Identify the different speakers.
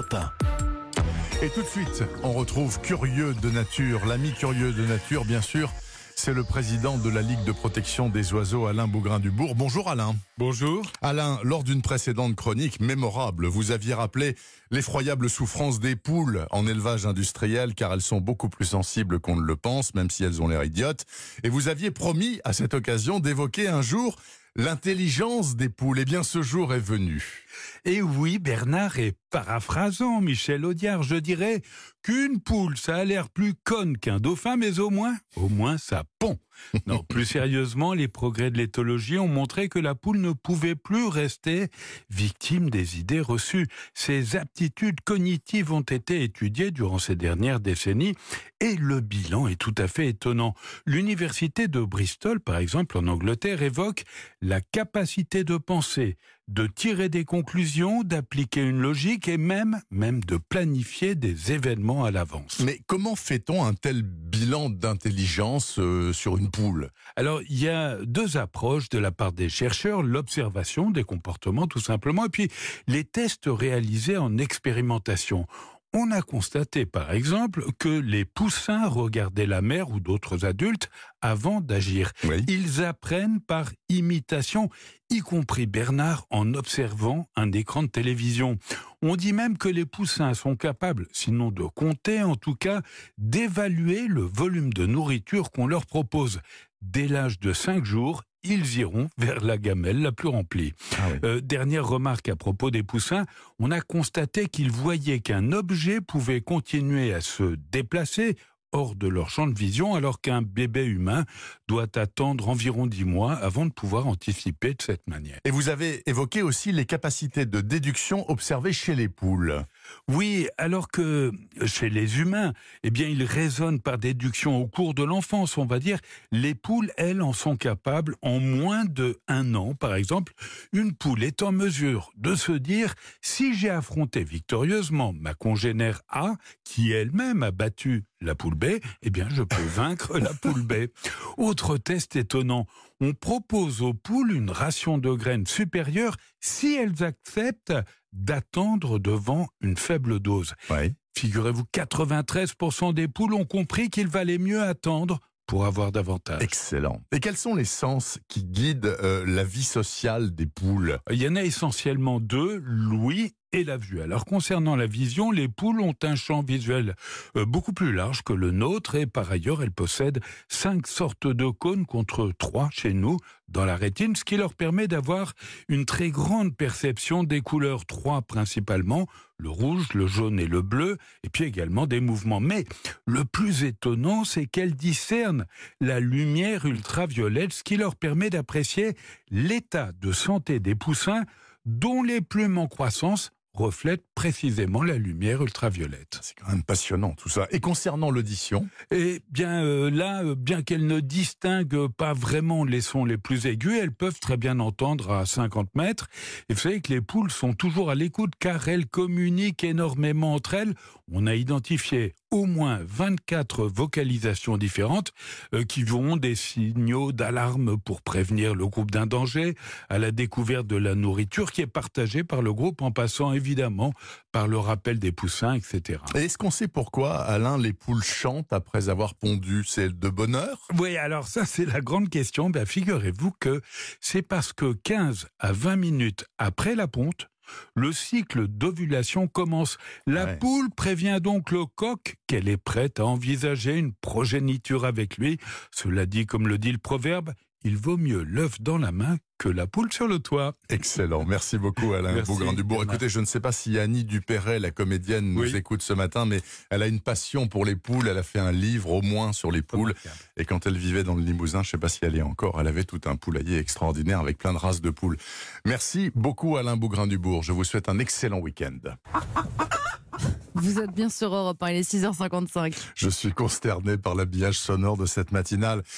Speaker 1: Europe 1.
Speaker 2: Et tout de suite, on retrouve Curieux de Nature. L'ami Curieux de Nature, bien sûr, c'est le président de la Ligue de protection des oiseaux, Alain Bougrain-Dubourg. Bonjour Alain.
Speaker 3: Bonjour.
Speaker 2: Alain, lors d'une précédente chronique mémorable, vous aviez rappelé l'effroyable souffrance des poules en élevage industriel, car elles sont beaucoup plus sensibles qu'on ne le pense, même si elles ont l'air idiotes. Et vous aviez promis à cette occasion d'évoquer un jour l'intelligence des poules. Eh bien, ce jour est venu.
Speaker 3: Et oui, Bernard, et paraphrasant Michel Audiard, je dirais qu'une poule, ça a l'air plus conne qu'un dauphin, mais au moins ça pond. Non, plus sérieusement, les progrès de l'éthologie ont montré que la poule ne pouvait plus rester victime des idées reçues. Ses aptitudes cognitives ont été étudiées durant ces dernières décennies et le bilan est tout à fait étonnant. L'université de Bristol, par exemple, en Angleterre, évoque la capacité de penser, de tirer des conclusions, d'appliquer une logique et même de planifier des événements à l'avance.
Speaker 2: Mais comment fait-on un tel bilan d'intelligence sur une poule ?
Speaker 3: Alors, il y a deux approches de la part des chercheurs, l'observation des comportements tout simplement, et puis les tests réalisés en expérimentation. On a constaté, par exemple, que les poussins regardaient la mère ou d'autres adultes avant d'agir.
Speaker 2: Oui.
Speaker 3: Ils apprennent par imitation, y compris Bernard, en observant un écran de télévision. On dit même que les poussins sont capables, sinon de compter, en tout cas, d'évaluer le volume de nourriture qu'on leur propose. Dès l'âge de 5 jours, ils iront vers la gamelle la plus remplie.
Speaker 2: Ah oui.
Speaker 3: Dernière remarque à propos des poussins, on a constaté qu'ils voyaient qu'un objet pouvait continuer à se déplacer hors de leur champ de vision, alors qu'un bébé humain doit attendre environ 10 mois avant de pouvoir anticiper de cette manière.
Speaker 2: Et vous avez évoqué aussi les capacités de déduction observées chez les poules.
Speaker 3: Oui, alors que chez les humains, eh bien, ils raisonnent par déduction au cours de l'enfance, on va dire. Les poules, elles, en sont capables en moins d'1 an, par exemple. Une poule est en mesure de se dire, si j'ai affronté victorieusement ma congénère A, qui elle-même a battu la poule B, eh bien, je peux vaincre la poule B. Autre test étonnant, on propose aux poules une ration de graines supérieure si elles acceptent d'attendre devant une faible dose.
Speaker 2: Oui.
Speaker 3: Figurez-vous, 93% des poules ont compris qu'il valait mieux attendre pour avoir davantage.
Speaker 2: Excellent. Et quels sont les sens qui guident la vie sociale des poules ?
Speaker 3: Il y en a essentiellement deux, l'ouïe et la vue. Alors concernant la vision, les poules ont un champ visuel beaucoup plus large que le nôtre et par ailleurs elles possèdent 5 sortes de cônes contre 3 chez nous dans la rétine, ce qui leur permet d'avoir une très grande perception des couleurs, 3 principalement, le rouge, le jaune et le bleu, et puis également des mouvements. Mais le plus étonnant, c'est qu'elles discernent la lumière ultraviolette, ce qui leur permet d'apprécier l'état de santé des poussins dont les plumes en croissance reflètent précisément la lumière ultraviolette.
Speaker 2: C'est quand même passionnant tout ça. Et concernant l'audition ?
Speaker 3: Eh bien là, bien qu'elles ne distinguent pas vraiment les sons les plus aigus, elles peuvent très bien entendre à 50 mètres. Et vous savez que les poules sont toujours à l'écoute car elles communiquent énormément entre elles. On a identifié au moins 24 vocalisations différentes qui vont des signaux d'alarme pour prévenir le groupe d'un danger à la découverte de la nourriture qui est partagée par le groupe en passant évidemment par le rappel des poussins, etc.
Speaker 2: Et est-ce qu'on sait pourquoi, Alain, les poules chantent après avoir pondu ? C'est de bonheur ?
Speaker 3: Oui, alors ça c'est la grande question. Ben, figurez-vous que c'est parce que 15 à 20 minutes après la ponte, le cycle d'ovulation commence. La poule prévient donc le coq qu'elle est prête à envisager une progéniture avec lui. Cela dit, comme le dit le proverbe, il vaut mieux l'œuf dans la main que la poule sur le toit.
Speaker 2: Excellent. Merci beaucoup, Alain Bougrain-Dubourg.
Speaker 3: Bernard.
Speaker 2: Écoutez, je ne sais pas si Annie Dupéret, la comédienne, nous écoute ce matin, mais elle a une passion pour les poules. Elle a fait un livre au moins sur les poules. Et quand elle vivait dans le Limousin, je ne sais pas si elle y est encore, elle avait tout un poulailler extraordinaire avec plein de races de poules. Merci beaucoup, Alain Bougrain-Dubourg. Je vous souhaite un excellent week-end.
Speaker 4: Vous êtes bien sur Europe 1, il est 6h55.
Speaker 2: Je suis consterné par l'habillage sonore de cette matinale.